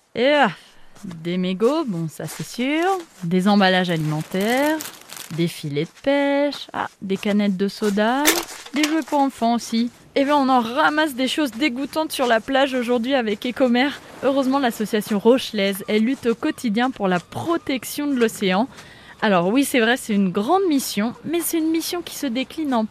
Des mégots, bon ça c'est sûr, des emballages alimentaires, des filets de pêche, des canettes de soda, des jeux pour enfants aussi. Et bien on en ramasse des choses dégoûtantes sur la plage aujourd'hui avec Ecomer. Heureusement l'association Rochelaise, elle lutte au quotidien pour la protection de l'océan. Alors oui, c'est vrai, c'est une grande mission, mais c'est une mission qui se décline en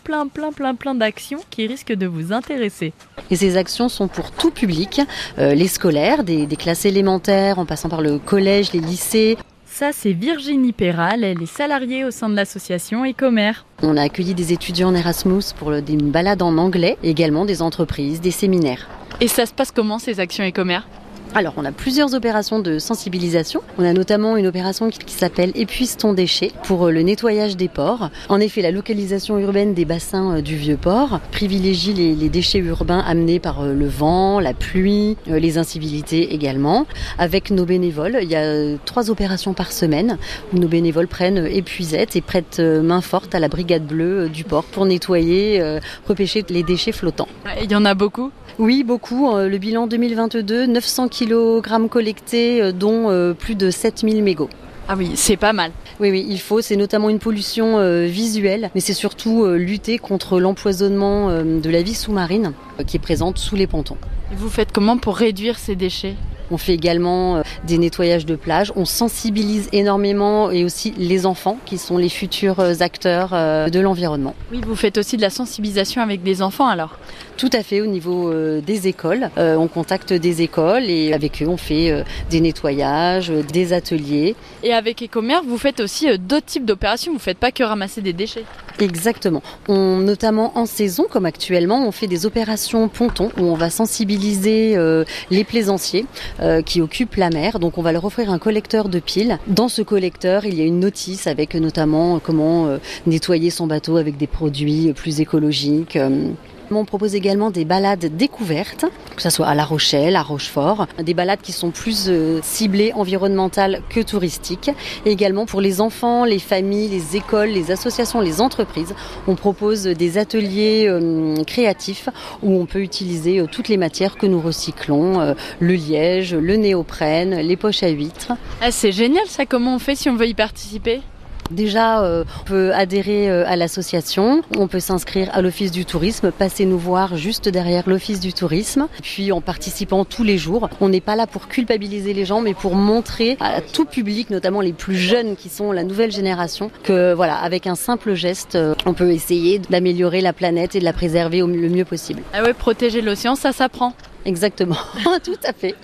plein d'actions qui risquent de vous intéresser. Et ces actions sont pour tout public, les scolaires, des classes élémentaires, en passant par le collège, les lycées. Ça, c'est Virginie Perral, elle est salariée au sein de l'association Ecomer. On a accueilli des étudiants en Erasmus pour une balade en anglais, également des entreprises, des séminaires. Et ça se passe comment ces actions Ecomer ? Alors, on a plusieurs opérations de sensibilisation. On a notamment une opération qui s'appelle Épuise ton déchet pour le nettoyage des ports. En effet, la localisation urbaine des bassins du Vieux-Port privilégie les déchets urbains amenés par le vent, la pluie, les incivilités également. Avec nos bénévoles, il y a 3 opérations par semaine où nos bénévoles prennent épuisette et prêtent main forte à la brigade bleue du port pour nettoyer, repêcher les déchets flottants. Il y en a beaucoup ? Oui, beaucoup. Le bilan 2022, 900 kg collectés, dont plus de 7000 mégots. Ah oui, c'est pas mal. Oui, il faut. C'est notamment une pollution visuelle, mais c'est surtout lutter contre l'empoisonnement de la vie sous-marine qui est présente sous les pontons. Et vous faites comment pour réduire ces déchets ? On fait également des nettoyages de plage. On sensibilise énormément et aussi les enfants qui sont les futurs acteurs de l'environnement. Oui, vous faites aussi de la sensibilisation avec des enfants alors ? Tout à fait, au niveau des écoles. On contacte des écoles et avec eux on fait des nettoyages, des ateliers. Et avec Ecomer, vous faites aussi d'autres types d'opérations, vous ne faites pas que ramasser des déchets. Exactement. Notamment en saison, comme actuellement, on fait des opérations pontons où on va sensibiliser les plaisanciers qui occupent la mer. Donc on va leur offrir un collecteur de piles. Dans ce collecteur, il y a une notice avec notamment comment nettoyer son bateau avec des produits plus écologiques. On propose également des balades découvertes, que ce soit à La Rochelle, à Rochefort, des balades qui sont plus ciblées environnementales que touristiques. Et également pour les enfants, les familles, les écoles, les associations, les entreprises, on propose des ateliers créatifs où on peut utiliser toutes les matières que nous recyclons, le liège, le néoprène, les poches à huîtres. C'est génial ça, comment on fait si on veut y participer ? Déjà, on peut adhérer à l'association, on peut s'inscrire à l'Office du tourisme, passer nous voir juste derrière l'Office du tourisme. Puis en participant tous les jours, on n'est pas là pour culpabiliser les gens, mais pour montrer à tout public, notamment les plus jeunes qui sont la nouvelle génération, que voilà, avec un simple geste, on peut essayer d'améliorer la planète et de la préserver le mieux possible. Ah ouais, protéger l'océan, ça s'apprend. Exactement, tout à fait.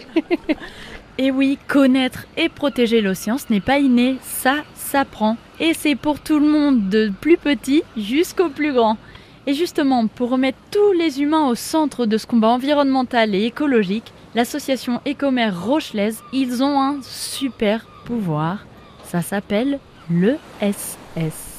Et oui, connaître et protéger l'océan, ce n'est pas inné, ça s'apprend. Et c'est pour tout le monde, de plus petit jusqu'au plus grand. Et justement, pour remettre tous les humains au centre de ce combat environnemental et écologique, l'association Ecomer Rochelaise, ils ont un super pouvoir. Ça s'appelle le SS.